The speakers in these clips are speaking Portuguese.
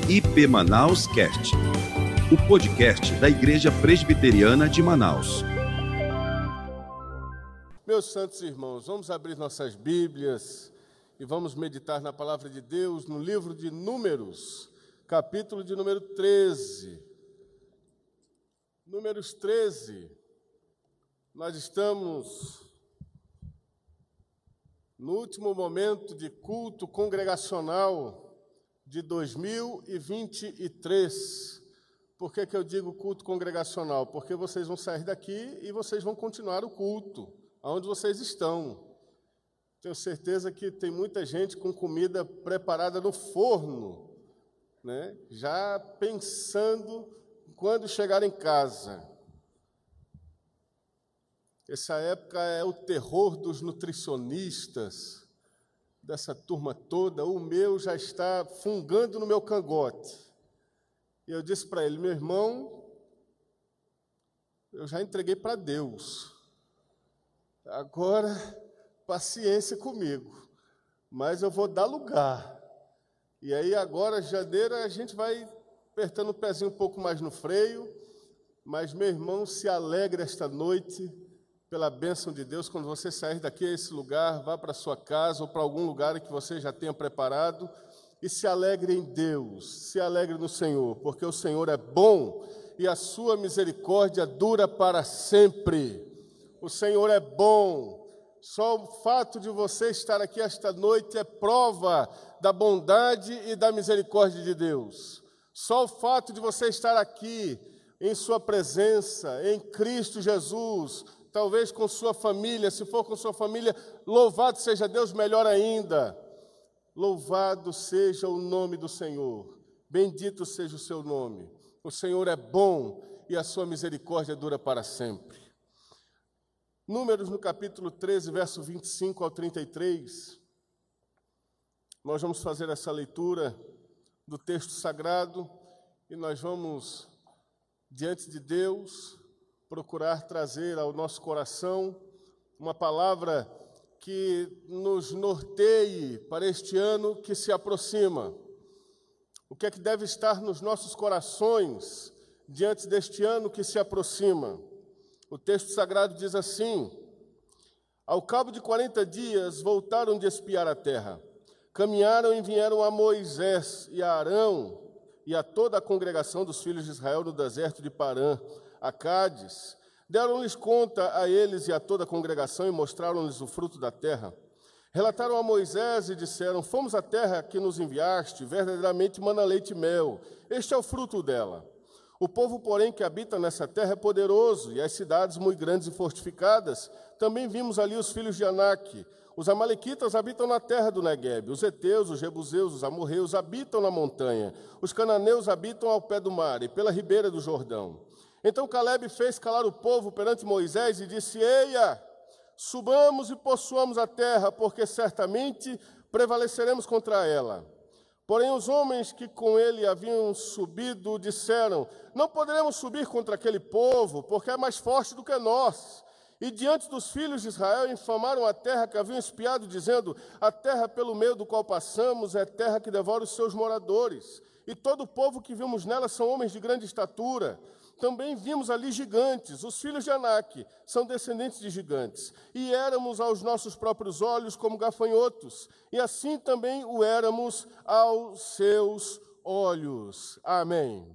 IP Manaus Cast, o podcast da Igreja Presbiteriana de Manaus. Meus santos irmãos, vamos abrir nossas Bíblias e vamos meditar na palavra de Deus no livro de Números, capítulo de número 13. Números 13, nós estamos no último momento de culto congregacional de 2023. Por que eu digo culto congregacional? Porque vocês vão sair daqui e vocês vão continuar o culto, onde vocês estão. Tenho certeza que tem muita gente com comida preparada no forno, né? Já pensando quando chegar em casa. Essa época é o terror dos nutricionistas, dessa turma toda. O meu já está fungando no meu cangote. E eu disse para ele: meu irmão, eu já entreguei para Deus. Agora, paciência comigo. Mas eu vou dar lugar. E aí agora, janeiro, a gente vai apertando o pezinho um pouco mais no freio. Mas, meu irmão, se alegre esta noite pela bênção de Deus. Quando você sair daqui a esse lugar, vá para a sua casa ou para algum lugar que você já tenha preparado e se alegre em Deus, se alegre no Senhor, porque o Senhor é bom e a sua misericórdia dura para sempre. O Senhor é bom. Só o fato de você estar aqui esta noite é prova da bondade e da misericórdia de Deus. Só o fato de você estar aqui em sua presença, em Cristo Jesus, talvez com sua família, se for com sua família, louvado seja Deus, melhor ainda. Louvado seja o nome do Senhor, bendito seja o seu nome. O Senhor é bom e a sua misericórdia dura para sempre. Números no capítulo 13, verso 25 ao 33, nós vamos fazer essa leitura do texto sagrado e nós vamos, diante de Deus, procurar trazer ao nosso coração uma palavra que nos norteie para este ano que se aproxima. O que é que deve estar nos nossos corações diante deste ano que se aproxima? O texto sagrado diz assim: ao cabo de 40 dias voltaram de espiar a terra. Caminharam e vieram a Moisés e a Arão e a toda a congregação dos filhos de Israel no deserto de Parã, a Cádiz. Deram-lhes conta a eles e a toda a congregação e mostraram-lhes o fruto da terra. Relataram a Moisés e disseram: fomos à terra que nos enviaste, verdadeiramente mana leite e mel. Este é o fruto dela. O povo, porém, que habita nessa terra é poderoso, e as cidades muito grandes e fortificadas. Também vimos ali os filhos de Anak. Os amalequitas habitam na terra do Neguebe. Os heteus, os jebuseus, os amorreus habitam na montanha. Os cananeus habitam ao pé do mar e pela ribeira do Jordão. Então Calebe fez calar o povo perante Moisés e disse: eia, subamos e possuamos a terra, porque certamente prevaleceremos contra ela. Porém os homens que com ele haviam subido disseram: não poderemos subir contra aquele povo, porque é mais forte do que nós. E diante dos filhos de Israel infamaram a terra que haviam espiado, dizendo: a terra pelo meio do qual passamos é terra que devora os seus moradores. E todo o povo que vimos nela são homens de grande estatura. Também vimos ali gigantes. Os filhos de Anak são descendentes de gigantes. E éramos aos nossos próprios olhos como gafanhotos. E assim também o éramos aos seus olhos. Amém.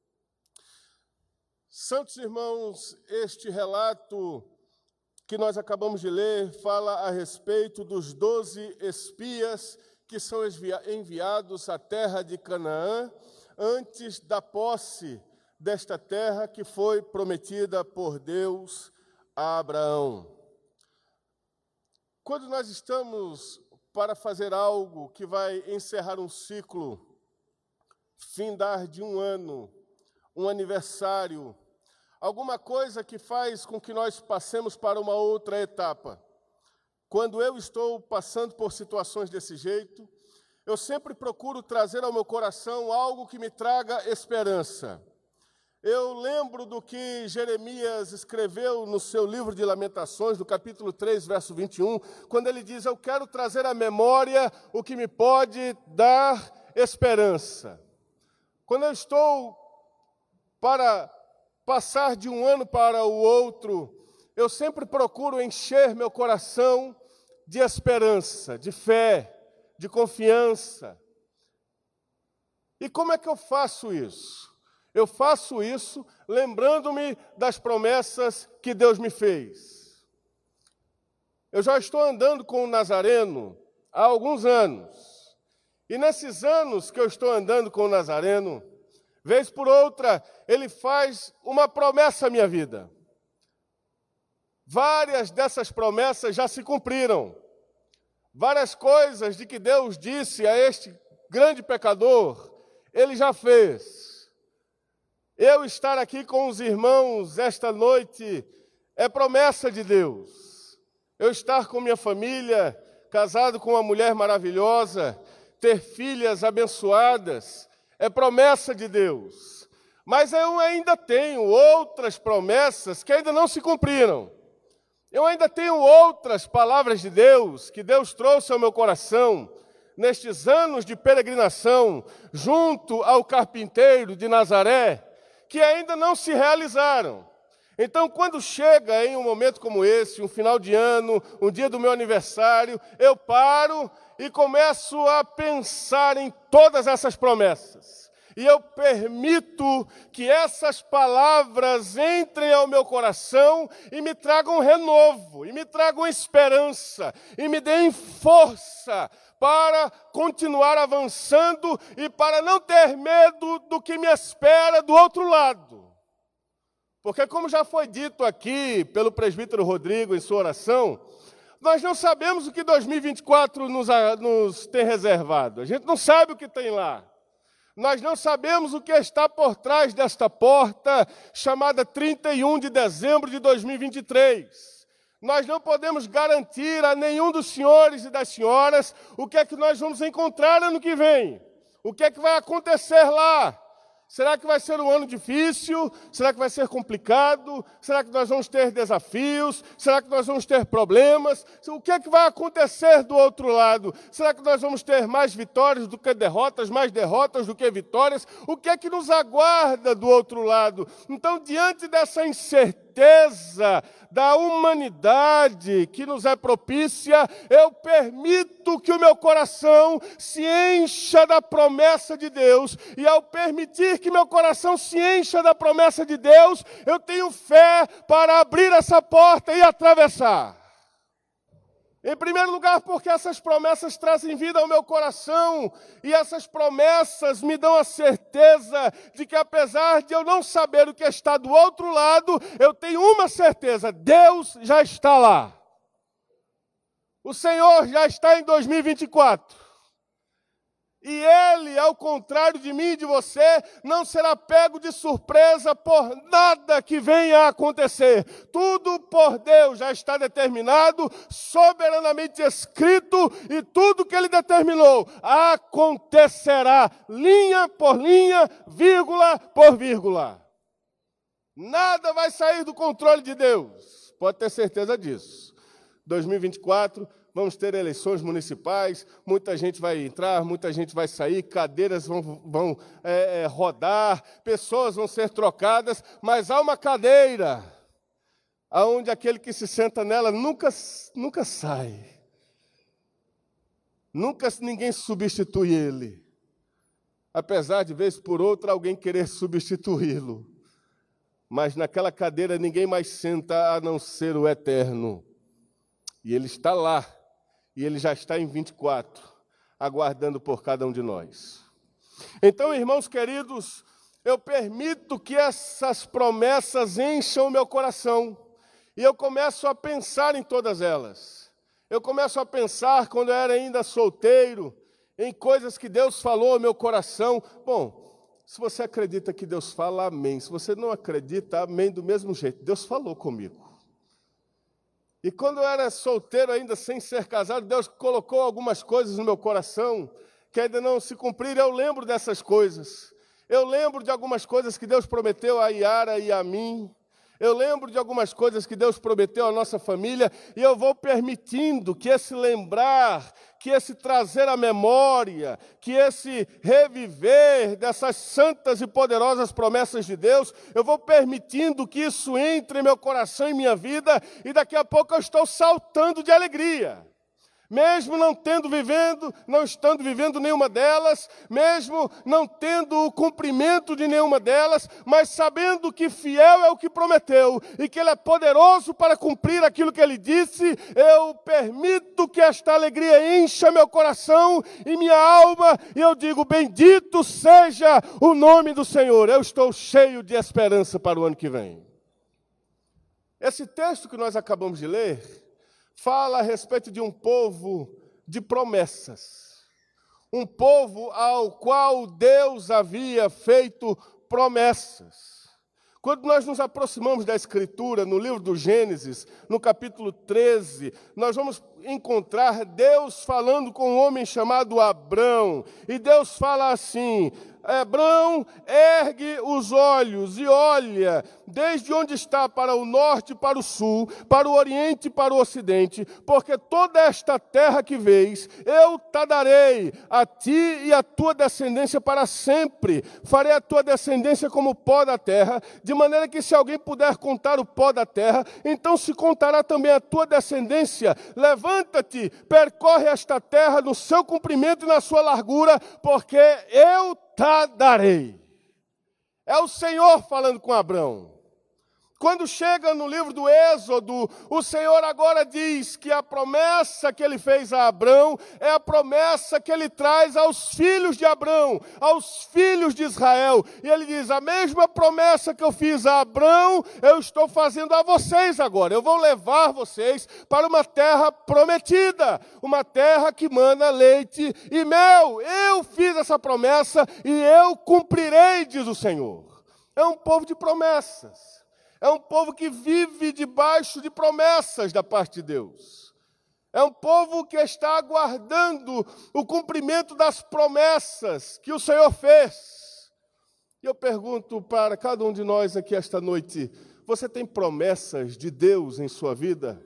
Santos irmãos, este relato que nós acabamos de ler fala a respeito dos 12 espias que são enviados à terra de Canaã antes da posse desta terra que foi prometida por Deus a Abraão. Quando nós estamos para fazer algo que vai encerrar um ciclo, findar de um ano, um aniversário, alguma coisa que faz com que nós passemos para uma outra etapa. Quando eu estou passando por situações desse jeito, eu sempre procuro trazer ao meu coração algo que me traga esperança. Eu lembro do que Jeremias escreveu no seu livro de Lamentações, no capítulo 3, verso 21, quando ele diz: eu quero trazer à memória o que me pode dar esperança. Quando eu estou para passar de um ano para o outro, eu sempre procuro encher meu coração de esperança, de fé, de confiança. E como é que eu faço isso? Eu faço isso lembrando-me das promessas que Deus me fez. Eu já estou andando com o Nazareno há alguns anos. E nesses anos que eu estou andando com o Nazareno, vez por outra, ele faz uma promessa à minha vida. Várias dessas promessas já se cumpriram. Várias coisas de que Deus disse a este grande pecador, ele já fez. Eu estar aqui com os irmãos esta noite é promessa de Deus. Eu estar com minha família, casado com uma mulher maravilhosa, ter filhas abençoadas, é promessa de Deus. Mas eu ainda tenho outras promessas que ainda não se cumpriram. Eu ainda tenho outras palavras de Deus que Deus trouxe ao meu coração nestes anos de peregrinação junto ao carpinteiro de Nazaré, que ainda não se realizaram. Então, quando chega em um momento como esse, um final de ano, um dia do meu aniversário, eu paro e começo a pensar em todas essas promessas. E eu permito que essas palavras entrem ao meu coração e me tragam renovo, e me tragam esperança, e me deem força para continuar avançando e para não ter medo do que me espera do outro lado. Porque, como já foi dito aqui pelo presbítero Rodrigo em sua oração, nós não sabemos o que 2024 nos tem reservado. A gente não sabe o que tem lá. Nós não sabemos o que está por trás desta porta, chamada 31 de dezembro de 2023. Nós não podemos garantir a nenhum dos senhores e das senhoras o que é que nós vamos encontrar ano que vem. O que é que vai acontecer lá? Será que vai ser um ano difícil? Será que vai ser complicado? Será que nós vamos ter desafios? Será que nós vamos ter problemas? O que é que vai acontecer do outro lado? Será que nós vamos ter mais vitórias do que derrotas, mais derrotas do que vitórias? O que é que nos aguarda do outro lado? Então, diante dessa incerteza da humanidade que nos é propícia, eu permito que o meu coração se encha da promessa de Deus, e ao permitir que meu coração se encha da promessa de Deus, eu tenho fé para abrir essa porta e atravessar. Em primeiro lugar, porque essas promessas trazem vida ao meu coração, e essas promessas me dão a certeza de que, apesar de eu não saber o que está do outro lado, eu tenho uma certeza: Deus já está lá. O Senhor já está em 2024. E Ele, ao contrário de mim e de você, não será pego de surpresa por nada que venha a acontecer. Tudo por Deus já está determinado, soberanamente escrito, e tudo que Ele determinou acontecerá, linha por linha, vírgula por vírgula. Nada vai sair do controle de Deus, pode ter certeza disso. 2024... vamos ter eleições municipais, muita gente vai entrar, muita gente vai sair, cadeiras vão rodar, pessoas vão ser trocadas, mas há uma cadeira onde aquele que se senta nela nunca sai. Nunca ninguém substitui ele. Apesar de, vez por outra, alguém querer substituí-lo. Mas naquela cadeira ninguém mais senta a não ser o Eterno. E Ele está lá. E Ele já está em 24, aguardando por cada um de nós. Então, irmãos queridos, eu permito que essas promessas encham o meu coração. E eu começo a pensar em todas elas. Eu começo a pensar, quando eu era ainda solteiro, em coisas que Deus falou ao meu coração. Bom, se você acredita que Deus fala, amém. Se você não acredita, amém do mesmo jeito. Deus falou comigo. E quando eu era solteiro ainda, sem ser casado, Deus colocou algumas coisas no meu coração que ainda não se cumpriram. Eu lembro dessas coisas. Eu lembro de algumas coisas que Deus prometeu a Yara e a mim. Eu lembro de algumas coisas que Deus prometeu à nossa família e eu vou permitindo que esse lembrar, que esse trazer à memória, que esse reviver dessas santas e poderosas promessas de Deus, eu vou permitindo que isso entre em meu coração e minha vida e daqui a pouco eu estou saltando de alegria. Mesmo não estando vivendo nenhuma delas, mesmo não tendo o cumprimento de nenhuma delas, mas sabendo que fiel é o que prometeu e que Ele é poderoso para cumprir aquilo que Ele disse, eu permito que esta alegria encha meu coração e minha alma, e eu digo, bendito seja o nome do Senhor. Eu estou cheio de esperança para o ano que vem. Esse texto que nós acabamos de ler fala a respeito de um povo de promessas. Um povo ao qual Deus havia feito promessas. Quando nós nos aproximamos da Escritura, no livro do Gênesis, no capítulo 13, nós vamos encontrar Deus falando com um homem chamado Abrão. E Deus fala assim: Abrão, ergue os olhos e olha, desde onde está para o norte e para o sul, para o oriente e para o ocidente, porque toda esta terra que vês, eu te darei a ti e a tua descendência para sempre. Farei a tua descendência como o pó da terra, de maneira que se alguém puder contar o pó da terra, então se contará também a tua descendência. Levanta-te, percorre esta terra no seu comprimento e na sua largura, porque eu te darei. É o Senhor falando com Abrão. Quando chega no livro do Êxodo, o Senhor agora diz que a promessa que Ele fez a Abrão é a promessa que Ele traz aos filhos de Abrão, aos filhos de Israel. E Ele diz, a mesma promessa que eu fiz a Abrão, eu estou fazendo a vocês agora. Eu vou levar vocês para uma terra prometida, uma terra que mana leite e mel. Eu fiz essa promessa e eu cumprirei, diz o Senhor. É um povo de promessas. É um povo que vive debaixo de promessas da parte de Deus. É um povo que está aguardando o cumprimento das promessas que o Senhor fez. E eu pergunto para cada um de nós aqui esta noite, você tem promessas de Deus em sua vida?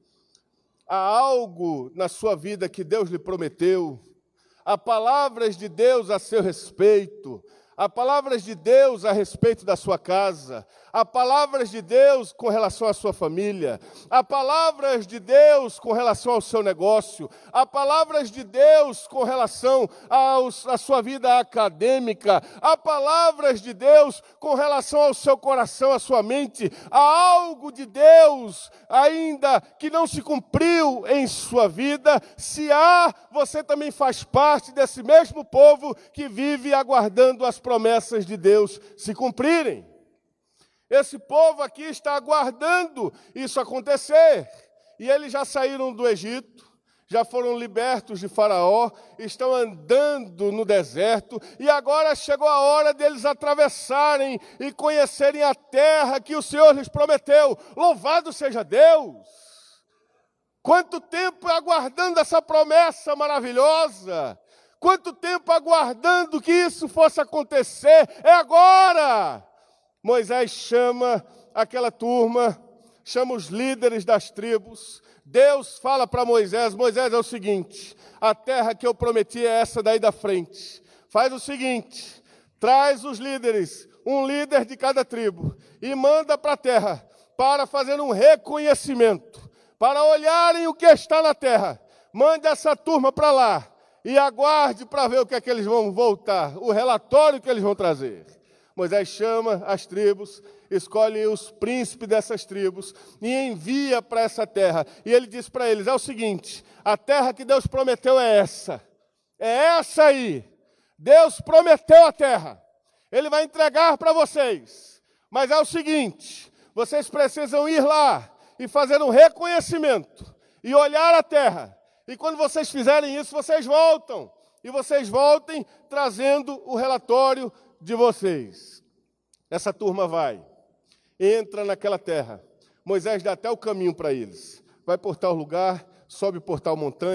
Há algo na sua vida que Deus lhe prometeu? Há palavras de Deus a seu respeito? Há palavras de Deus a respeito da sua casa, há palavras de Deus com relação à sua família, há palavras de Deus com relação ao seu negócio, há palavras de Deus com relação à sua vida acadêmica, há palavras de Deus com relação ao seu coração, à sua mente, há algo de Deus ainda que não se cumpriu em sua vida. Se há, você também faz parte desse mesmo povo que vive aguardando as promessas de Deus se cumprirem. Esse povo aqui está aguardando isso acontecer. E eles já saíram do Egito, já foram libertos de Faraó, estão andando no deserto, e agora chegou a hora deles atravessarem e conhecerem a terra que o Senhor lhes prometeu. Louvado seja Deus! Quanto tempo aguardando essa promessa maravilhosa! Quanto tempo aguardando que isso fosse acontecer? É agora! Moisés chama aquela turma, chama os líderes das tribos. Deus fala para Moisés, Moisés, é o seguinte, a terra que eu prometi é essa daí da frente. Faz o seguinte, traz os líderes, um líder de cada tribo, e manda para a terra, para fazer um reconhecimento, para olharem o que está na terra. Mande essa turma para lá. E aguarde para ver o que é que eles vão voltar, o relatório que eles vão trazer. Moisés chama as tribos, escolhe os príncipes dessas tribos e envia para essa terra. E ele diz para eles, é o seguinte, a terra que Deus prometeu é essa aí. Deus prometeu a terra, Ele vai entregar para vocês. Mas é o seguinte, vocês precisam ir lá e fazer um reconhecimento e olhar a terra. E quando vocês fizerem isso, vocês voltam. E vocês voltem trazendo o relatório de vocês. Essa turma vai, entra naquela terra. Moisés dá até o caminho para eles. Vai por tal lugar, sobe por tal montanha,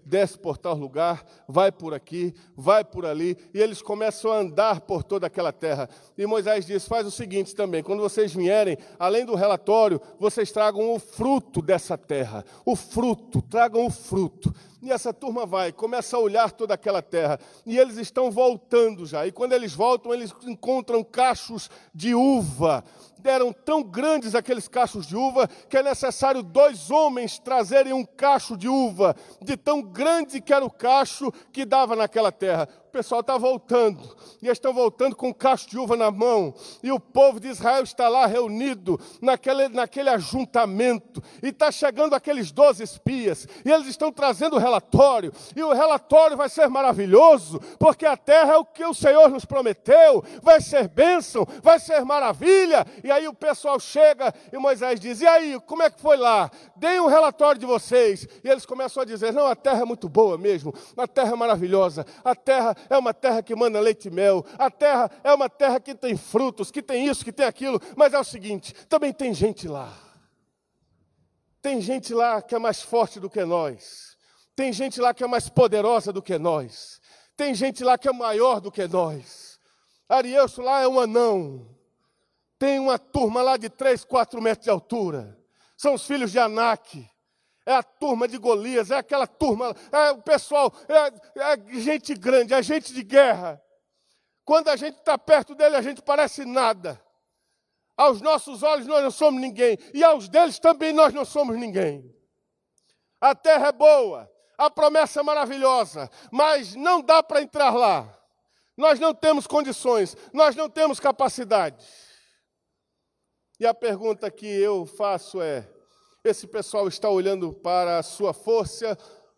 desce por tal lugar, vai por aqui, vai por ali, e eles começam a andar por toda aquela terra. E Moisés diz, faz o seguinte também, quando vocês vierem, além do relatório, vocês tragam o fruto dessa terra, o fruto, tragam o fruto. E essa turma vai, começa a olhar toda aquela terra, e eles estão voltando já, e quando eles voltam, eles encontram cachos de uva. Eram tão grandes aqueles cachos de uva, que é necessário 2 homens trazerem um cacho de uva, de tão grande que era o cacho que dava naquela terra. O pessoal está voltando, e eles estão voltando com um cacho de uva na mão, e o povo de Israel está lá reunido, naquele ajuntamento, e está chegando aqueles 12 espias, e eles estão trazendo o relatório, e o relatório vai ser maravilhoso, porque a terra é o que o Senhor nos prometeu, vai ser bênção, vai ser maravilha. E aí o pessoal chega, e Moisés diz, e aí, como é que foi lá? Deem um relatório de vocês. E eles começam a dizer, não, a terra é muito boa mesmo, a terra é maravilhosa, a terra é uma terra que manda leite e mel, a terra é uma terra que tem frutos, que tem isso, que tem aquilo, mas é o seguinte, também tem gente lá. Tem gente lá que é mais forte do que nós. Tem gente lá que é mais poderosa do que nós. Tem gente lá que é maior do que nós. Arielso lá é um anão. Tem uma turma lá de 3, 4 metros de altura. São os filhos de Anak. É a turma de Golias, é aquela turma, é o pessoal, é gente grande, é gente de guerra. Quando a gente está perto dele, a gente parece nada. Aos nossos olhos nós não somos ninguém, e aos deles também nós não somos ninguém. A terra é boa, a promessa é maravilhosa, mas não dá para entrar lá. Nós não temos condições, nós não temos capacidade. E a pergunta que eu faço é, esse pessoal está olhando para a sua força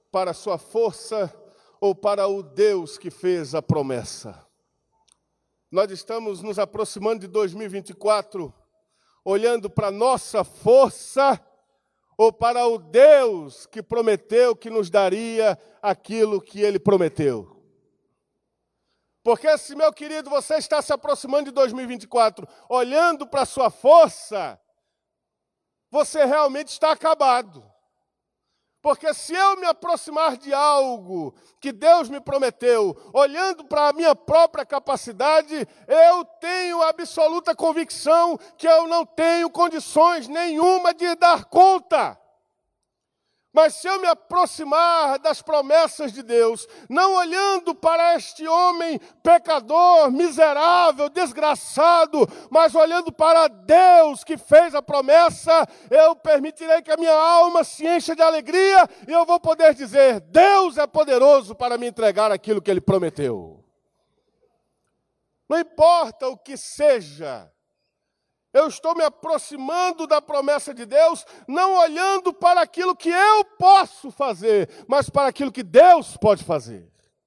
ou para o Deus que fez a promessa? Nós estamos nos aproximando de 2024, olhando para a nossa força ou para o Deus que prometeu que nos daria aquilo que Ele prometeu? Porque se, meu querido, você está se aproximando de 2024, olhando para a sua força, você realmente está acabado. Porque se eu me aproximar de algo que Deus me prometeu, olhando para a minha própria capacidade, eu tenho absoluta convicção que eu não tenho condições nenhuma de dar conta. Mas se eu me aproximar das promessas de Deus, não olhando para este homem pecador, miserável, desgraçado, mas olhando para Deus que fez a promessa, eu permitirei que a minha alma se encha de alegria e eu vou poder dizer, Deus é poderoso para me entregar aquilo que Ele prometeu. Não importa o que seja, eu estou me aproximando da promessa de Deus, não olhando para aquilo que eu posso fazer, mas para aquilo que Deus pode fazer.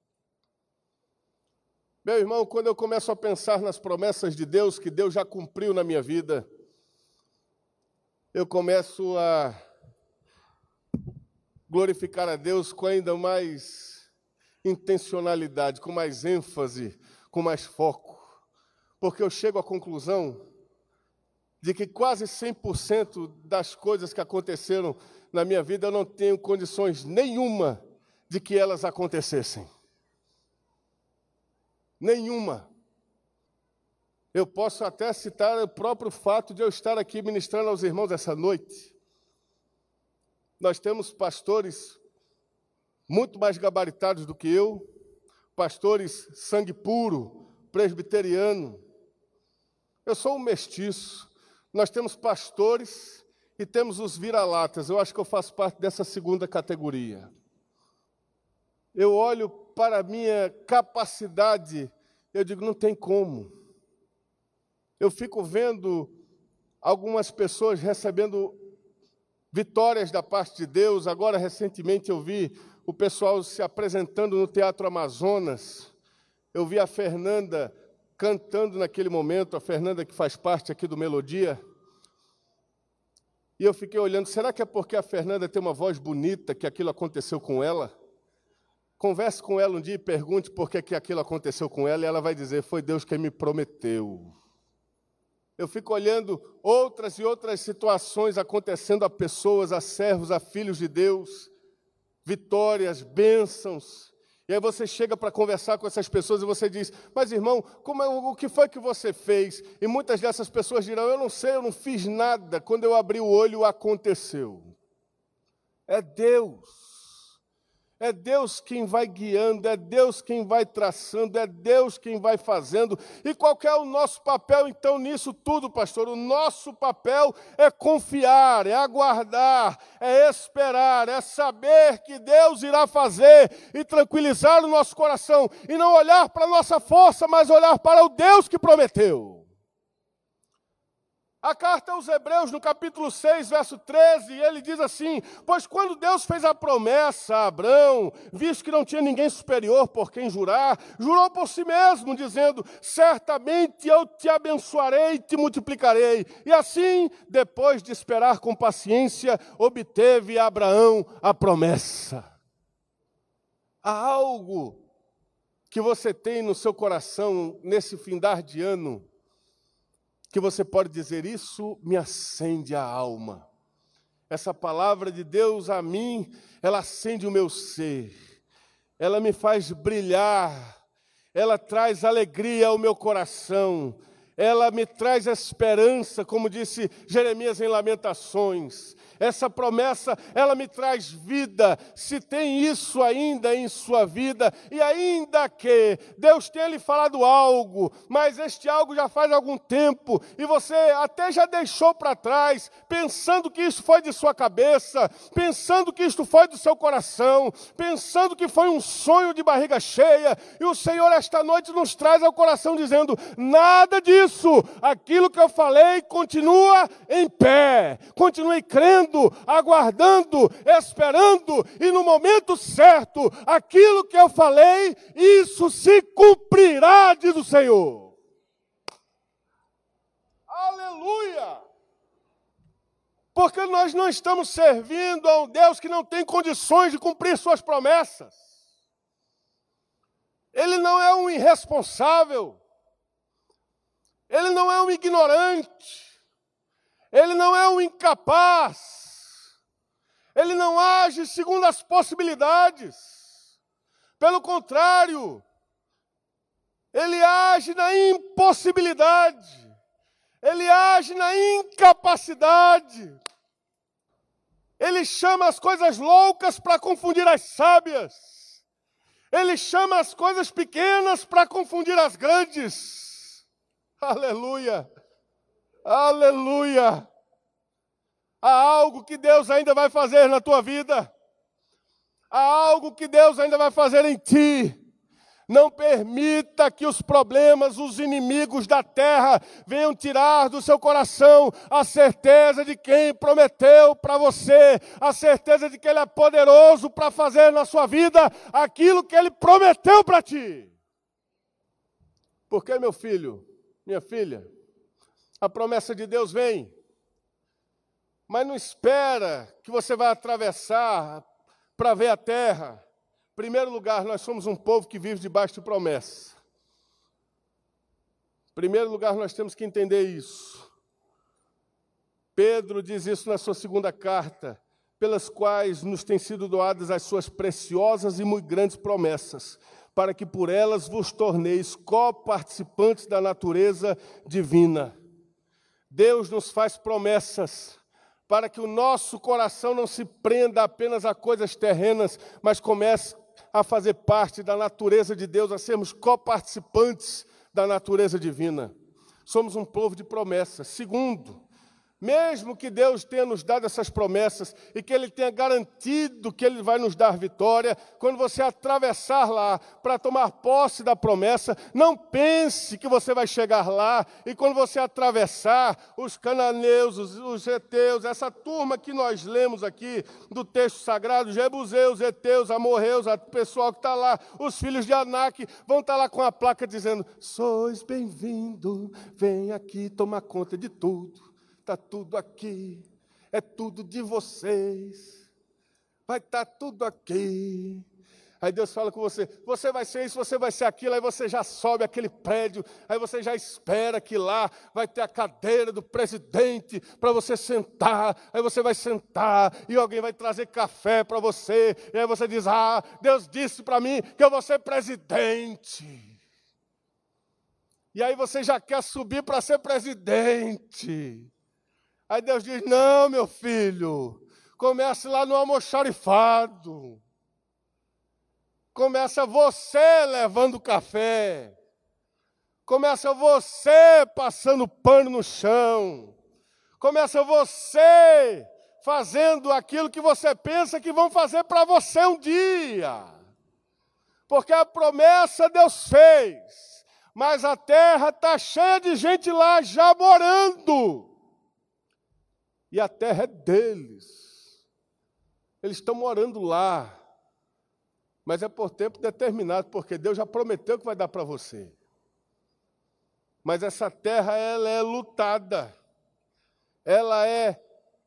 Meu irmão, quando eu começo a pensar nas promessas de Deus, que Deus já cumpriu na minha vida, eu começo a glorificar a Deus com ainda mais intencionalidade, com mais ênfase, com mais foco. Porque eu chego à conclusão de que quase 100% das coisas que aconteceram na minha vida, eu não tenho condições nenhuma de que elas acontecessem. Nenhuma. Eu posso até citar o próprio fato de eu estar aqui ministrando aos irmãos essa noite. Nós temos pastores muito mais gabaritados do que eu, pastores sangue puro, presbiteriano. Eu sou um mestiço. Nós temos pastores e temos os vira-latas. Eu acho que eu faço parte dessa segunda categoria. Eu olho para a minha capacidade, eu digo, não tem como. Eu fico vendo algumas pessoas recebendo vitórias da parte de Deus. Agora, recentemente, eu vi o pessoal se apresentando no Teatro Amazonas. Eu vi a Fernanda cantando naquele momento, a Fernanda que faz parte aqui do Melodia. E eu fiquei olhando, será que é porque a Fernanda tem uma voz bonita que aquilo aconteceu com ela? Converse com ela um dia e pergunte por que aquilo aconteceu com ela, e ela vai dizer, foi Deus quem me prometeu. Eu fico olhando outras e outras situações acontecendo a pessoas, a servos, a filhos de Deus, vitórias, bênçãos. E aí você chega para conversar com essas pessoas e você diz, mas irmão, o que foi que você fez? E muitas dessas pessoas dirão, eu não sei, eu não fiz nada. Quando eu abri o olho, aconteceu. É Deus. É Deus quem vai guiando, é Deus quem vai traçando, é Deus quem vai fazendo. E qual que é o nosso papel, então, nisso tudo, pastor? O nosso papel é confiar, é aguardar, é esperar, é saber que Deus irá fazer e tranquilizar o nosso coração. E não olhar para a nossa força, mas olhar para o Deus que prometeu. A carta aos Hebreus, no capítulo 6, verso 13, ele diz assim, pois quando Deus fez a promessa a Abrão, visto que não tinha ninguém superior por quem jurar, jurou por si mesmo, dizendo, certamente eu te abençoarei e te multiplicarei. E assim, depois de esperar com paciência, obteve Abraão a promessa. Há algo que você tem no seu coração nesse findar de ano, que você pode dizer, isso me acende a alma. Essa palavra de Deus a mim, ela acende o meu ser. Ela me faz brilhar. Ela traz alegria ao meu coração. Ela me traz esperança, como disse Jeremias em Lamentações. Essa promessa, ela me traz vida. Se tem isso ainda em sua vida, e ainda que Deus tenha lhe falado algo, mas este algo já faz algum tempo, e você até já deixou para trás, pensando que isso foi de sua cabeça, pensando que isto foi do seu coração, pensando que foi um sonho de barriga cheia, e o Senhor esta noite nos traz ao coração dizendo, nada disso, aquilo que eu falei continua em pé, continue crendo, aguardando, esperando, e no momento certo, aquilo que eu falei, isso se cumprirá, diz o Senhor. Aleluia! Porque nós não estamos servindo a um Deus que não tem condições de cumprir suas promessas. Ele não é um irresponsável. Ele não é um ignorante. Ele não é um incapaz. Ele não age segundo as possibilidades. Pelo contrário, ele age na impossibilidade. Ele age na incapacidade. Ele chama as coisas loucas para confundir as sábias. Ele chama as coisas pequenas para confundir as grandes. Aleluia! Aleluia! Há algo que Deus ainda vai fazer na tua vida. Há algo que Deus ainda vai fazer em ti. Não permita que os problemas, os inimigos da terra venham tirar do seu coração a certeza de quem prometeu para você, a certeza de que Ele é poderoso para fazer na sua vida aquilo que Ele prometeu para ti. Porque, meu filho, minha filha, a promessa de Deus vem, mas não espera que você vai atravessar para ver a terra. Em primeiro lugar, nós somos um povo que vive debaixo de promessa. Em primeiro lugar, nós temos que entender isso. Pedro diz isso na sua segunda carta, pelas quais nos têm sido doadas as suas preciosas e muito grandes promessas, para que por elas vos torneis coparticipantes da natureza divina. Deus nos faz promessas, para que o nosso coração não se prenda apenas a coisas terrenas, mas comece a fazer parte da natureza de Deus, a sermos coparticipantes da natureza divina. Somos um povo de promessas. Segundo, mesmo que Deus tenha nos dado essas promessas e que Ele tenha garantido que Ele vai nos dar vitória, quando você atravessar lá para tomar posse da promessa, não pense que você vai chegar lá e quando você atravessar os cananeus, os heteus, essa turma que nós lemos aqui do texto sagrado, jebuseus, heteus, amorreus, o pessoal que está lá, os filhos de Anak, vão estar lá com a placa dizendo, sois bem-vindo, vem aqui tomar conta de tudo. Está tudo aqui, é tudo de vocês, vai estar tudo aqui. Aí Deus fala com você, você vai ser isso, você vai ser aquilo, aí você já sobe aquele prédio, aí você já espera que lá vai ter a cadeira do presidente para você sentar, aí você vai sentar e alguém vai trazer café para você, e aí você diz, Deus disse para mim que eu vou ser presidente. E aí você já quer subir para ser presidente. Aí Deus diz, não, meu filho, comece lá no almoxarifado. Começa você levando café. Começa você passando pano no chão. Começa você fazendo aquilo que você pensa que vão fazer para você um dia. Porque a promessa Deus fez. Mas a terra está cheia de gente lá já morando. E a terra é deles. Eles estão morando lá. Mas é por tempo determinado, porque Deus já prometeu que vai dar para você. Mas essa terra, ela é lutada. Ela é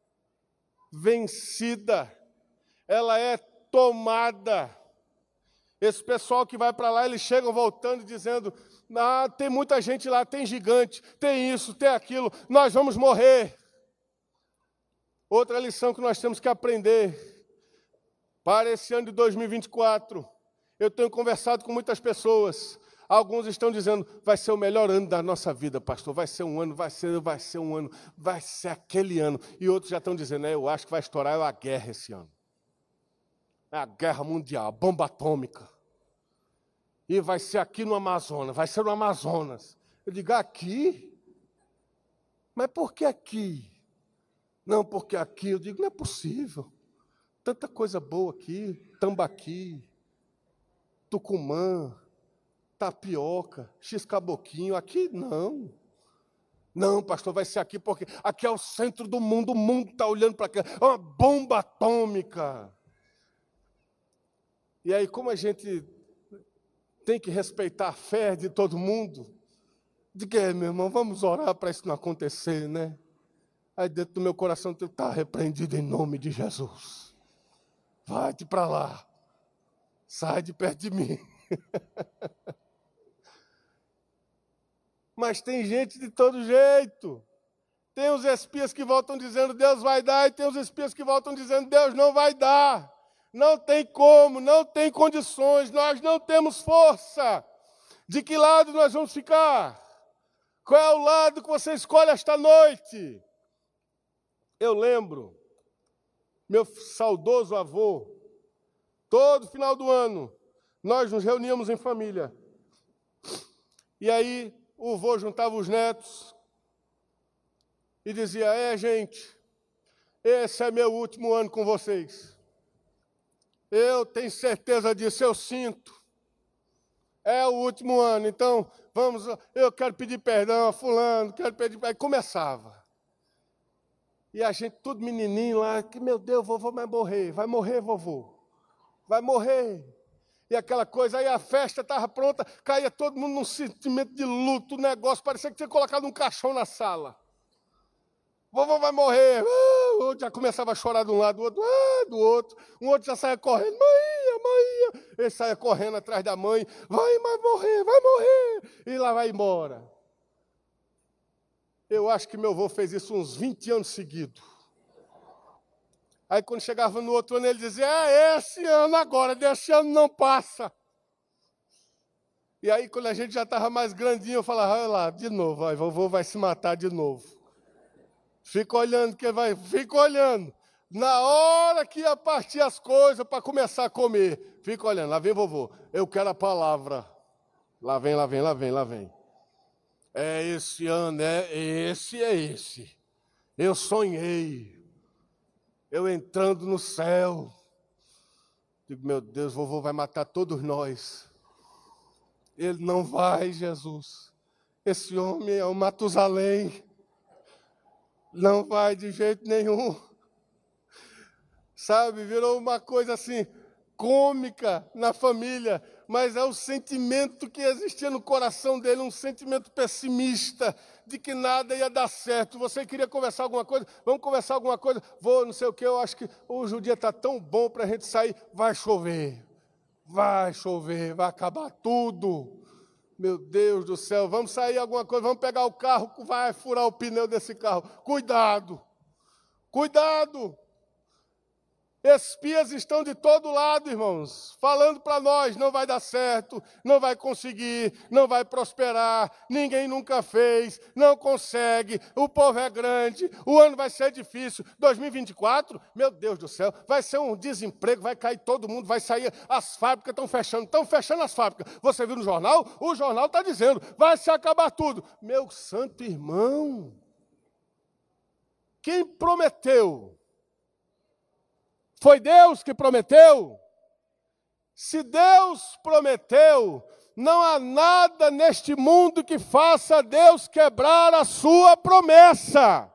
vencida. Ela é tomada. Esse pessoal que vai para lá, eles chegam voltando dizendo, tem muita gente lá, tem gigante, tem isso, tem aquilo, nós vamos morrer. Outra lição que nós temos que aprender. Para esse ano de 2024, eu tenho conversado com muitas pessoas. Alguns estão dizendo, vai ser o melhor ano da nossa vida, pastor. Vai ser um ano, vai ser um ano, vai ser aquele ano. E outros já estão dizendo, eu acho que vai estourar a guerra esse ano. É a guerra mundial, a bomba atômica. E vai ser aqui no Amazonas, vai ser no Amazonas. Eu digo, aqui? Mas por que aqui? Não, porque aqui. Eu digo, não é possível. Tanta coisa boa aqui, tambaqui, tucumã, tapioca, x-caboquinho, aqui não. Não, pastor, vai ser aqui porque aqui é o centro do mundo, o mundo está olhando para cá, é uma bomba atômica. E aí, como a gente tem que respeitar a fé de todo mundo, diga, meu irmão, vamos orar para isso não acontecer, né? Aí dentro do meu coração está repreendido em nome de Jesus. Vai-te para lá. Sai de perto de mim. Mas tem gente de todo jeito. Tem os espias que voltam dizendo, Deus vai dar, e tem os espias que voltam dizendo, Deus não vai dar. Não tem como, não tem condições, nós não temos força. De que lado nós vamos ficar? Qual é o lado que você escolhe esta noite? Eu lembro, meu saudoso avô, todo final do ano, nós nos reuníamos em família. E aí, o avô juntava os netos e dizia, gente, esse é meu último ano com vocês. Eu tenho certeza disso, eu sinto. É o último ano, então, eu quero pedir perdão a fulano, quero pedir perdão. Aí começava. E a gente, tudo menininho lá, que meu Deus, vovô vai morrer, vovô. Vai morrer. E aquela coisa, aí a festa estava pronta, caía todo mundo num sentimento de luto, o negócio, parecia que tinha colocado um caixão na sala. Vovô vai morrer. O outro já começava a chorar de um lado, do outro. Um outro já saia correndo, mãe. Ele saia correndo atrás da mãe, vai morrer. E lá vai embora. Eu acho que meu avô fez isso uns 20 anos seguidos. Aí quando chegava no outro ano, ele dizia, esse ano agora, desse ano não passa. E aí quando a gente já estava mais grandinho, eu falava, olha lá, de novo, vovô vai se matar de novo. Fica olhando, fica olhando. Na hora que ia partir as coisas para começar a comer, fica olhando, lá vem vovô, eu quero a palavra. Lá vem. É esse ano, é esse. Eu sonhei. Eu entrando no céu. Digo, meu Deus, vovô vai matar todos nós. Ele não vai, Jesus. Esse homem é o Matusalém. Não vai de jeito nenhum. Sabe, virou uma coisa assim, cômica na família, mas é o sentimento que existia no coração dele, um sentimento pessimista, de que nada ia dar certo. Você queria conversar alguma coisa? Vamos conversar alguma coisa? Vou, não sei o que, eu acho que hoje o dia está tão bom para a gente sair, vai chover. vai chover, vai acabar tudo. Meu Deus do céu, vamos sair alguma coisa, vamos pegar o carro, vai furar o pneu desse carro. Cuidado, cuidado. Espias estão de todo lado, irmãos, falando para nós, não vai dar certo, não vai conseguir, não vai prosperar, ninguém nunca fez, não consegue, o povo é grande, o ano vai ser difícil. 2024, meu Deus do céu, vai ser um desemprego, vai cair todo mundo, vai sair, as fábricas estão fechando as fábricas. Você viu no jornal? O jornal está dizendo, vai se acabar tudo. Meu santo irmão, quem prometeu? Foi Deus que prometeu? Se Deus prometeu, não há nada neste mundo que faça Deus quebrar a sua promessa.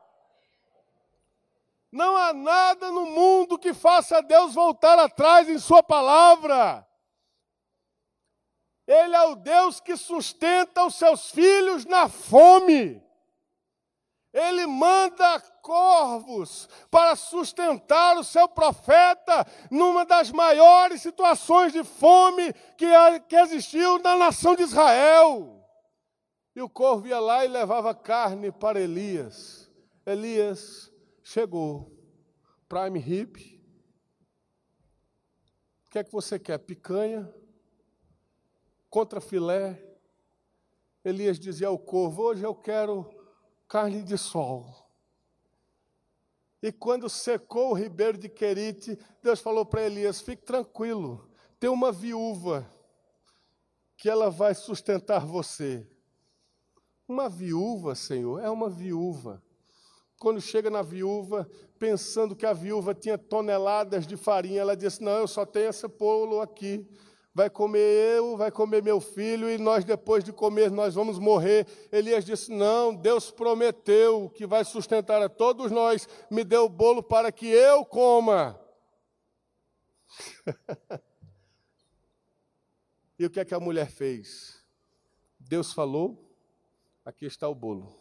Não há nada no mundo que faça Deus voltar atrás em sua palavra. Ele é o Deus que sustenta os seus filhos na fome. Ele manda corvos para sustentar o seu profeta numa das maiores situações de fome que existiu na nação de Israel. E o corvo ia lá e levava carne para Elias. Elias chegou. Prime rib. O que é que você quer? Picanha? Contra filé? Elias dizia ao corvo, hoje eu quero carne de sol. E quando secou o ribeiro de Querite, Deus falou para Elias, fique tranquilo, tem uma viúva que ela vai sustentar você. Uma viúva, Senhor, é uma viúva. Quando chega na viúva, pensando que a viúva tinha toneladas de farinha, ela disse, não, eu só tenho esse bolo aqui. Vai comer eu, vai comer meu filho, e nós, depois de comer, nós vamos morrer. Elias disse, não, Deus prometeu que vai sustentar a todos nós, me deu o bolo para que eu coma. E o que é que a mulher fez? Deus falou, aqui está o bolo.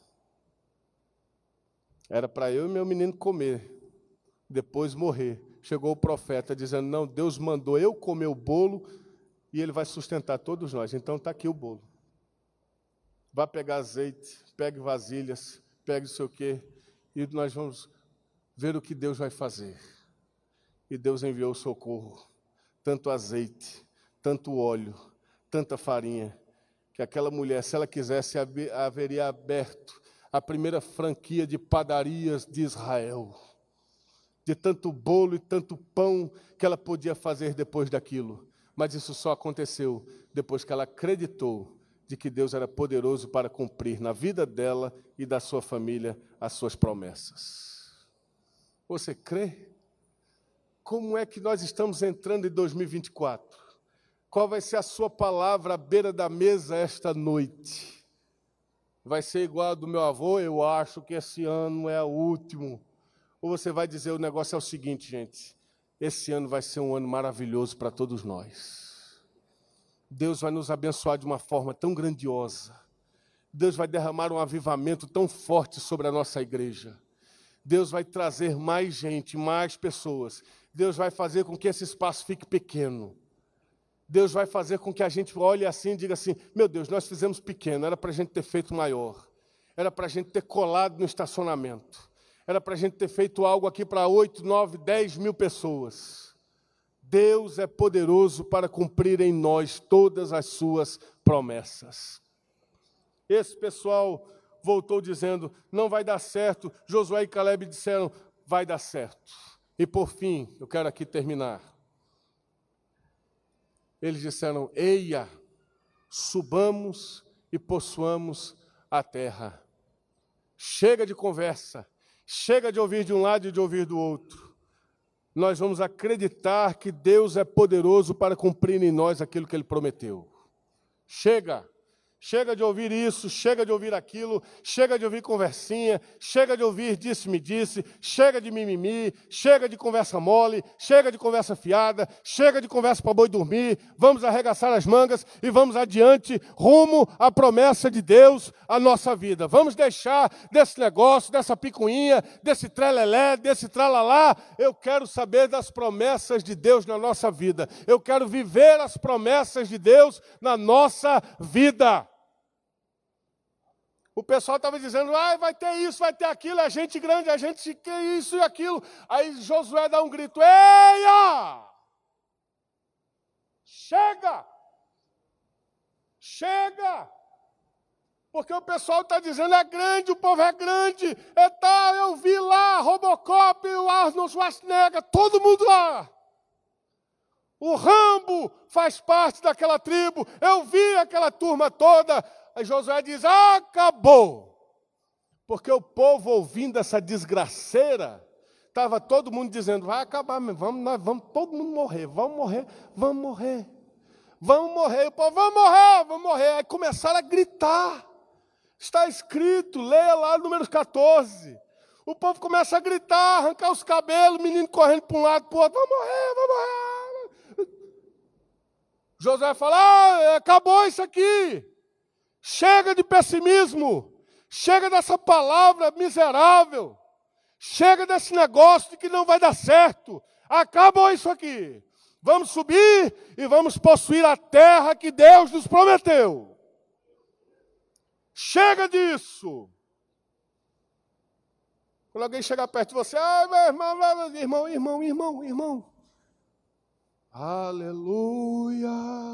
Era para eu e meu menino comer, depois morrer. Chegou o profeta dizendo, não, Deus mandou eu comer o bolo, e Ele vai sustentar todos nós. Então está aqui o bolo. Vá pegar azeite, pegue vasilhas, pegue não sei o quê, e nós vamos ver o que Deus vai fazer. E Deus enviou o socorro. Tanto azeite, tanto óleo, tanta farinha, que aquela mulher, se ela quisesse, haveria aberto a primeira franquia de padarias de Israel. De tanto bolo e tanto pão que ela podia fazer depois daquilo. Mas isso só aconteceu depois que ela acreditou de que Deus era poderoso para cumprir na vida dela e da sua família as suas promessas. Você crê? Como é que nós estamos entrando em 2024? Qual vai ser a sua palavra à beira da mesa esta noite? Vai ser igual a do meu avô? Eu acho que esse ano é o último. Ou você vai dizer, o negócio é o seguinte, gente, esse ano vai ser um ano maravilhoso para todos nós. Deus vai nos abençoar de uma forma tão grandiosa. Deus vai derramar um avivamento tão forte sobre a nossa igreja. Deus vai trazer mais gente, mais pessoas. Deus vai fazer com que esse espaço fique pequeno. Deus vai fazer com que a gente olhe assim e diga assim, meu Deus, nós fizemos pequeno, era para a gente ter feito maior. Era para a gente ter colado no estacionamento. Era para a gente ter feito algo aqui para 8, 9, 10 mil pessoas. Deus é poderoso para cumprir em nós todas as suas promessas. Esse pessoal voltou dizendo, não vai dar certo. Josué e Caleb disseram, vai dar certo. E por fim, eu quero aqui terminar. Eles disseram, eia, subamos e possuamos a terra. Chega de conversa. Chega de ouvir de um lado e de ouvir do outro. Nós vamos acreditar que Deus é poderoso para cumprir em nós aquilo que Ele prometeu. Chega Chega de ouvir isso, chega de ouvir aquilo, chega de ouvir conversinha, chega de ouvir disse-me-disse, chega de mimimi, chega de conversa mole, chega de conversa fiada, chega de conversa para boi dormir. Vamos arregaçar as mangas e vamos adiante, rumo à promessa de Deus, à nossa vida. Vamos deixar desse negócio, dessa picuinha, desse trelelé, desse tralalá. Eu quero saber das promessas de Deus na nossa vida. Eu quero viver as promessas de Deus na nossa vida. O pessoal estava dizendo, vai ter isso, vai ter aquilo, é gente grande, é gente que isso e aquilo. Aí Josué dá um grito, eia! Chega! Chega! Porque o pessoal está dizendo, é grande, o povo é grande. Eu vi lá, Robocop, o Arnold Schwarzenegger, todo mundo lá. O Rambo faz parte daquela tribo, eu vi aquela turma toda. Aí Josué diz, acabou. Porque o povo ouvindo essa desgraceira, estava todo mundo dizendo, vai acabar mesmo, nós vamos todo mundo morrer, vamos morrer, vamos morrer. Vamos morrer, o povo, vamos morrer, vamos morrer. Aí começaram a gritar. Está escrito, leia lá Números 14. O povo começa a gritar, arrancar os cabelos, o menino correndo para um lado, para o outro, vamos morrer, vamos morrer. Josué fala, acabou isso aqui. Chega de pessimismo, chega dessa palavra miserável, chega desse negócio de que não vai dar certo, acabou isso aqui. Vamos subir e vamos possuir a terra que Deus nos prometeu. Chega disso. Quando alguém chegar perto de você, meu irmão. Aleluia.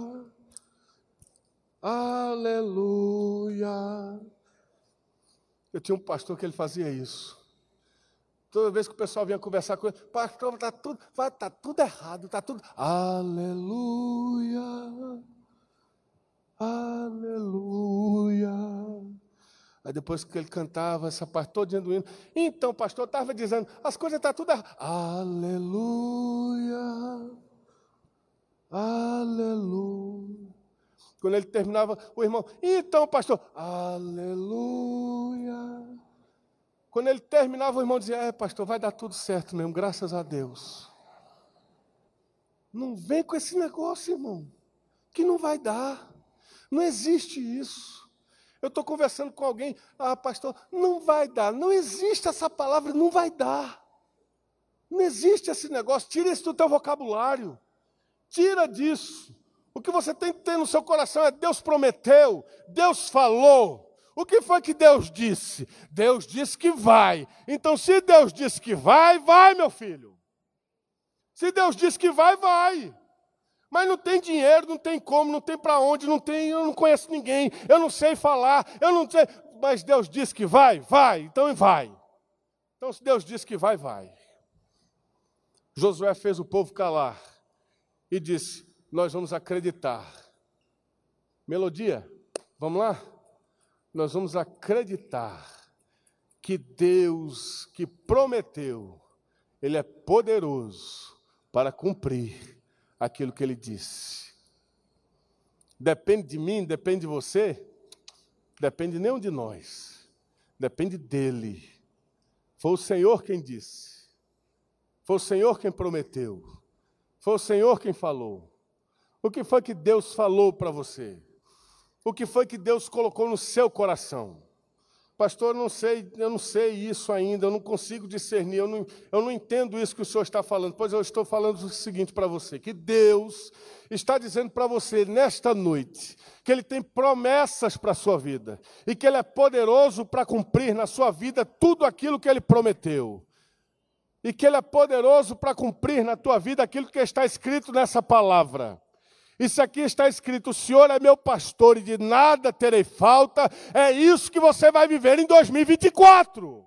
Aleluia. Eu tinha um pastor que ele fazia isso. Toda vez que o pessoal vinha conversar com ele, pastor, está tudo errado, está tudo... Aleluia. Aleluia. Aí depois que ele cantava essa parte todinha do hino, então, pastor, estava dizendo, as coisas estão tudo erradas. Aleluia. Aleluia. Quando ele terminava, o irmão, então, pastor, aleluia. Quando ele terminava, o irmão dizia, pastor, vai dar tudo certo mesmo, graças a Deus. Não vem com esse negócio, irmão, que não vai dar. Não existe isso. Eu estou conversando com alguém, pastor, não vai dar. Não existe essa palavra, não vai dar. Não existe esse negócio, tira isso do teu vocabulário. Tira disso. O que você tem que ter no seu coração é Deus prometeu, Deus falou. O que foi que Deus disse? Deus disse que vai. Então, se Deus disse que vai, vai, meu filho. Se Deus disse que vai, vai. Mas não tem dinheiro, não tem como, não tem para onde, não tem, eu não conheço ninguém, eu não sei falar, eu não sei. Mas Deus disse que vai, vai, então vai. Então, se Deus disse que vai, vai. Josué fez o povo calar e disse, nós vamos acreditar. Melodia, vamos lá? Nós vamos acreditar que Deus que prometeu, Ele é poderoso para cumprir aquilo que Ele disse. Depende de mim, depende de você, depende nem de nós, depende dEle. Foi o Senhor quem disse, foi o Senhor quem prometeu, foi o Senhor quem falou. O que foi que Deus falou para você? O que foi que Deus colocou no seu coração? Pastor, eu não sei isso ainda, eu não consigo discernir, eu não entendo isso que o Senhor está falando. Pois eu estou falando o seguinte para você, que Deus está dizendo para você nesta noite, que Ele tem promessas para a sua vida, e que Ele é poderoso para cumprir na sua vida tudo aquilo que Ele prometeu. E que Ele é poderoso para cumprir na tua vida aquilo que está escrito nessa palavra. Isso aqui está escrito, o Senhor é meu pastor e de nada terei falta. É isso que você vai viver em 2024.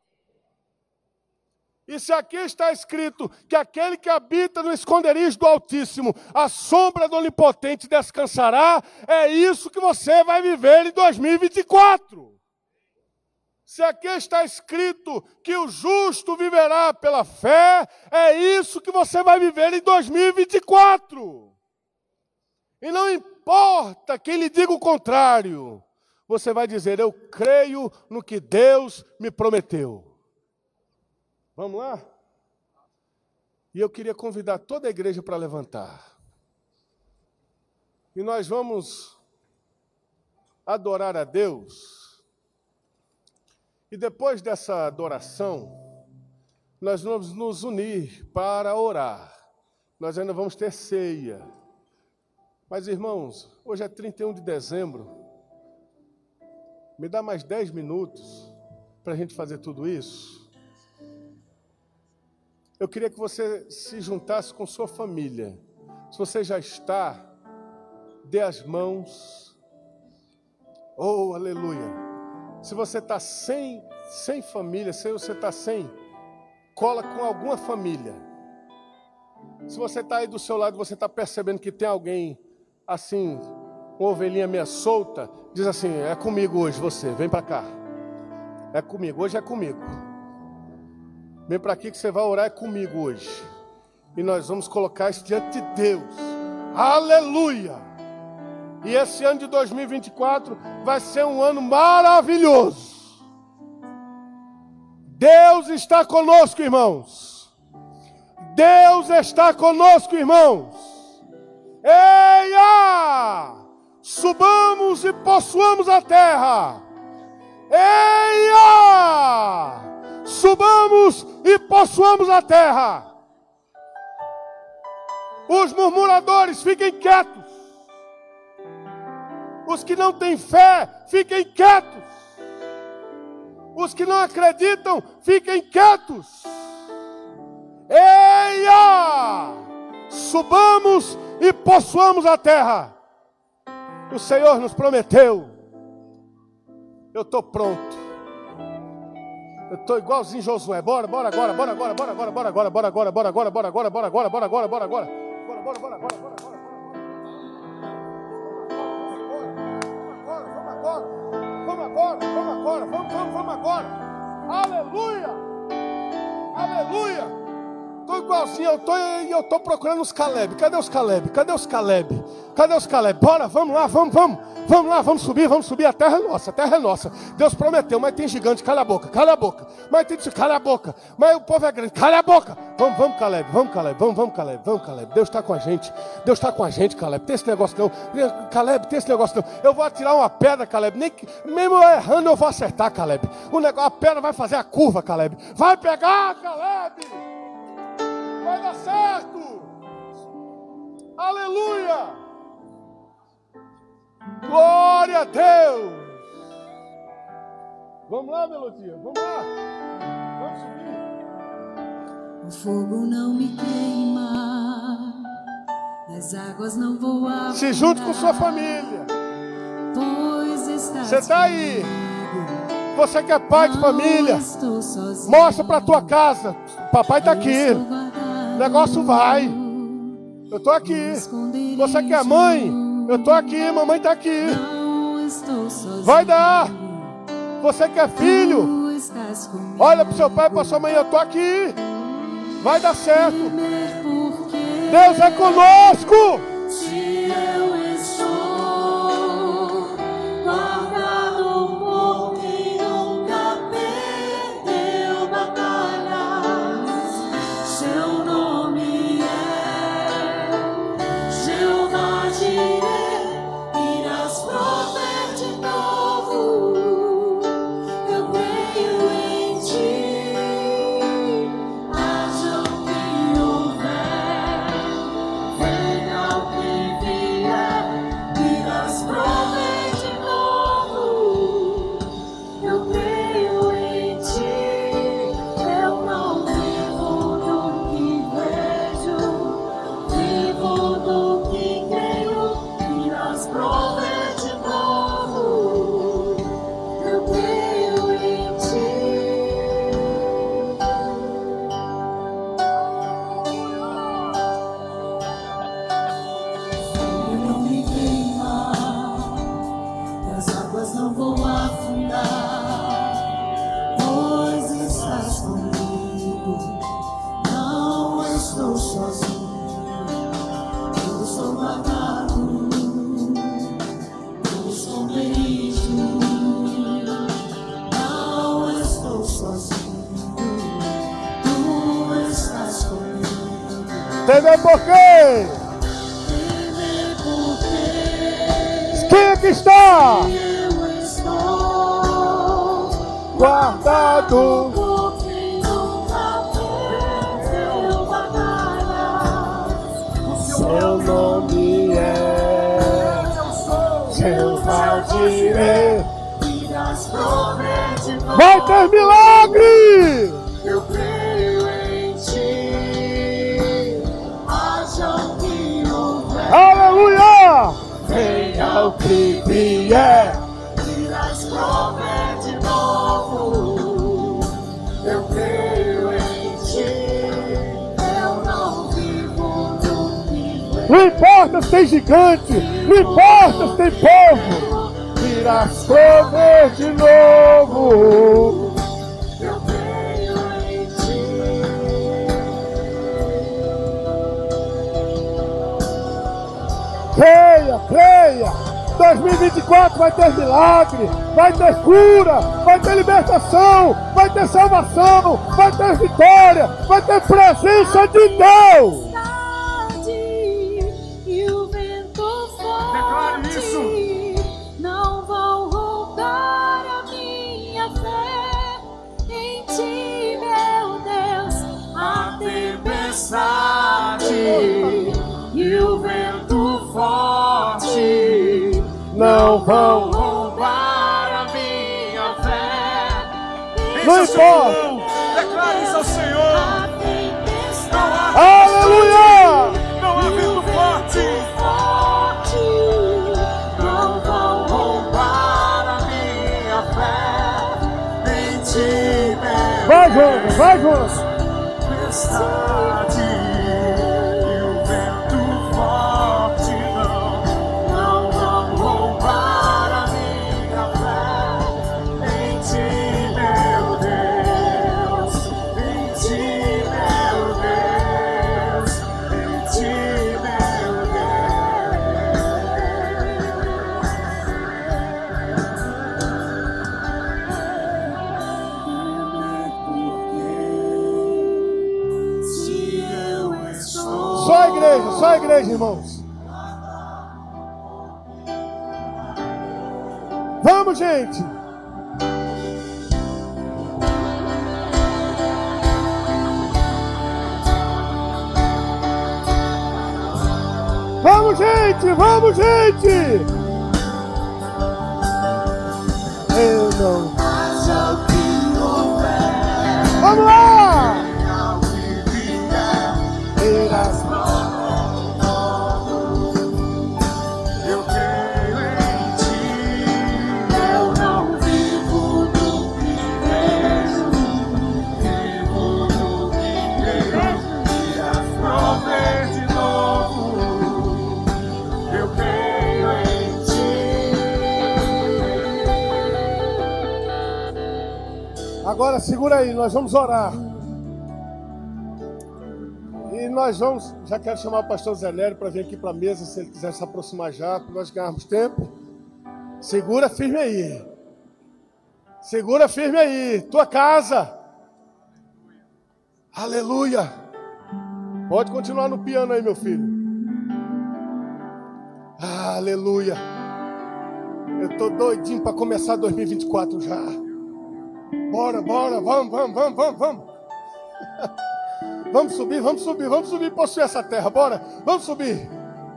Isso aqui está escrito, que aquele que habita no esconderijo do Altíssimo, a sombra do Onipotente descansará. É isso que você vai viver em 2024. Se aqui está escrito que o justo viverá pela fé, é isso que você vai viver em 2024. E não importa quem lhe diga o contrário, você vai dizer: eu creio no que Deus me prometeu. Vamos lá? E eu queria convidar toda a igreja para levantar. E nós vamos adorar a Deus. E depois dessa adoração, nós vamos nos unir para orar. Nós ainda vamos ter ceia. Mas, irmãos, hoje é 31 de dezembro. Me dá mais 10 minutos para a gente fazer tudo isso. Eu queria que você se juntasse com sua família. Se você já está, dê as mãos. Oh, aleluia. Se você está sem família, se você está sem, cola com alguma família. Se você está aí do seu lado, você está percebendo que tem alguém assim, uma ovelhinha meia solta, diz assim: é comigo hoje você, vem para cá. É comigo, hoje é comigo. Vem para aqui que você vai orar, é comigo hoje. E nós vamos colocar isso diante de Deus. Aleluia! E esse ano de 2024 vai ser um ano maravilhoso. Deus está conosco, irmãos. Deus está conosco, irmãos. Eia! Subamos e possuamos a terra. Eia! Subamos e possuamos a terra. Os murmuradores, fiquem quietos. Os que não têm fé, fiquem quietos. Os que não acreditam, fiquem quietos. Eia! Subamos e possuamos a terra. O Senhor nos prometeu. Eu estou pronto. Eu estou igualzinho Josué. Bora agora. Vamos agora. Aleluia. Estou igualzinho, eu estou procurando os Caleb. Cadê os Caleb? Bora, vamos lá, vamos subir, a terra é nossa. Deus prometeu, mas tem gigante, cala a boca. Mas tem cala a boca. Mas o povo é grande, cala a boca. Vamos, Caleb. Deus está com a gente, Caleb. Tem esse negócio não. Eu vou atirar uma pedra, Caleb. Mesmo eu errando, eu vou acertar, Caleb. A pedra vai fazer a curva, Caleb. Vai pegar, Caleb. Vai dar certo. Aleluia. Glória a Deus. Vamos lá, melodia. Vamos subir. O fogo não me queima, as águas não vão afundar. Se junte com sua família. Pois você está aí. Você que é pai de família, mostra para tua casa. Papai está aqui. O negócio vai. Eu estou aqui. Você que é mãe, eu estou aqui. Mamãe está aqui. Vai dar. Você que é filho, olha para o seu pai e para sua mãe. Eu estou aqui. Vai dar certo. Deus é conosco. Se eu estou guardado por quem nunca perdeu batalhas, seu nome é Jeová Jireh, irás prover de novo. Eu creio em ti, haja o que houver, venha o que vier, irás prover de novo. Eu creio em ti, eu não vivo do que vejo, vivo do que creio, irás prover de novo. Eu creio em ti. Eu não me queima, as águas não vão afundar, pois estás comigo, não estou sozinho, eu estou guardado Viver por quê? Quem é que está? Eu estou Guardado. por quem nunca venceu batalhas. Seu nome é Jeová Jireh. E das promete Vai ter milagre! eu creio em ti. Haja o que houver. Aleluia! Venha o que vier. E das promete novo. Eu creio em ti. Eu não vivo no que Não importa se tem gigante, não importa se tem povo, irás prover de novo. eu creio em ti. Creia, creia! 2024 vai ter milagre, vai ter cura, vai ter libertação, vai ter salvação, vai ter vitória, vai ter presença de Deus! E o vento forte não vão roubar a minha fé em ti, meu Deus. A tempestade e o vento forte Não vão, roubar a minha fé. não importa! Declare isso ao Senhor. A tempestade Aleluia! Não há vento forte. não vão roubar a minha fé em ti, meu Vai, Jonas, vai, Jonas! Tempestade e o vento forte não vão roubar a minha fé em ti, meu Deus. Em ti, meu Deus. Em ti, meu se eu estou Só a igreja, irmãos. Vamos, gente! Vamos, gente! Vamos, gente! Eu não. haja o que houver. Vamos lá! Irás Eu creio em ti. Eu não vivo do que vejo. Vivo no que creio. Irás prover de novo. Eu creio em ti. Agora segura aí, nós vamos orar. E nós vamos, já quero chamar o pastor Zé Nério para vir aqui para a mesa, se ele quiser se aproximar já, para nós ganharmos tempo. Segura firme aí. Segura firme aí. Tua casa. Aleluia. Pode continuar no piano aí, meu filho. Aleluia. Eu estou doidinho para começar 2024 já. Bora, vamos. Vamos subir e possuir essa terra, bora, vamos subir.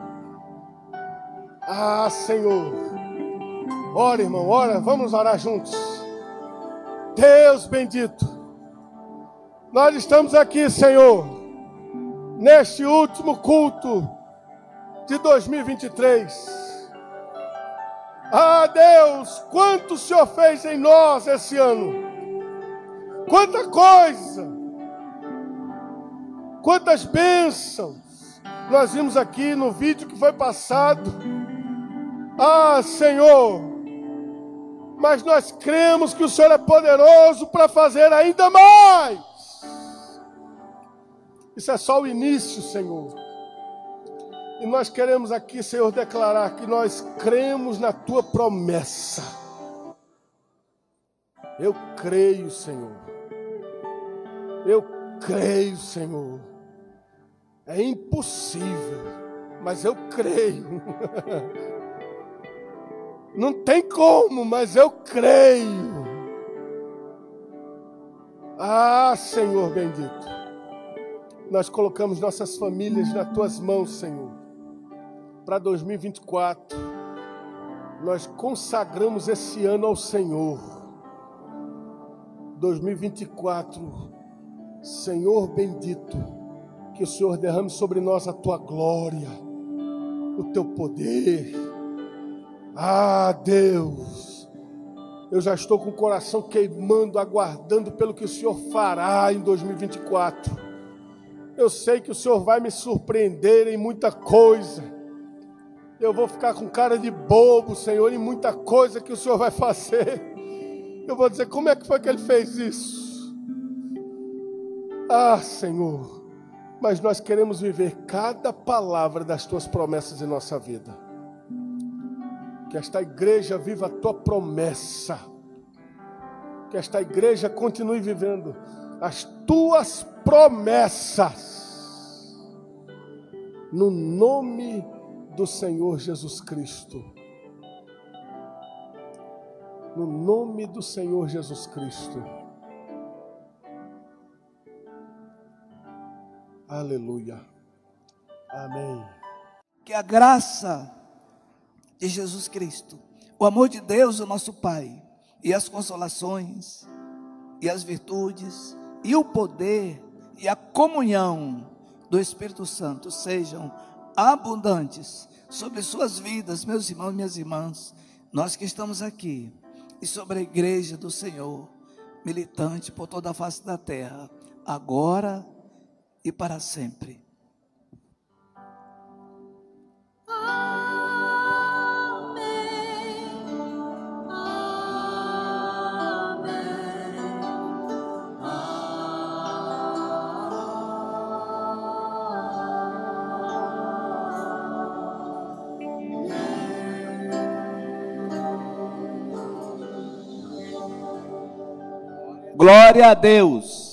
Ah, Senhor. Ora, irmão, ora, vamos orar juntos. Deus bendito, nós estamos aqui, Senhor, neste último culto de 2023. Ah, Deus, quanto o Senhor fez em nós esse ano. Quanta coisa, quantas bênçãos nós vimos aqui no vídeo que foi passado. Ah, Senhor, mas nós cremos que o Senhor é poderoso para fazer ainda mais. Isso é só o início, Senhor. E nós queremos aqui, Senhor, declarar que nós cremos na Tua promessa. Eu creio, Senhor. Eu creio, Senhor. É impossível, mas eu creio. Não tem como, mas eu creio. Ah, Senhor bendito, nós colocamos nossas famílias nas tuas mãos, Senhor. Para 2024, nós consagramos esse ano ao Senhor. 2024, Senhor bendito, que o Senhor derrame sobre nós a tua glória, o teu poder. Ah, Deus, eu já estou com o coração queimando, aguardando pelo que o Senhor fará em 2024. Eu sei que o Senhor vai me surpreender em muita coisa. Eu vou ficar com cara de bobo, Senhor, em muita coisa que o Senhor vai fazer. Eu vou dizer, como é que foi que Ele fez isso? Ah, Senhor, mas nós queremos viver cada palavra das tuas promessas em nossa vida. Que esta igreja viva a tua promessa. Que esta igreja continue vivendo as tuas promessas. No nome do Senhor Jesus Cristo. No nome do Senhor Jesus Cristo. Aleluia. Amém. Que a graça de Jesus Cristo, o amor de Deus, o nosso Pai, e as consolações, e as virtudes, e o poder, e a comunhão do Espírito Santo sejam abundantes sobre suas vidas, meus irmãos e minhas irmãs, nós que estamos aqui, e sobre a igreja do Senhor, militante por toda a face da terra, agora e para sempre. Glória a Deus.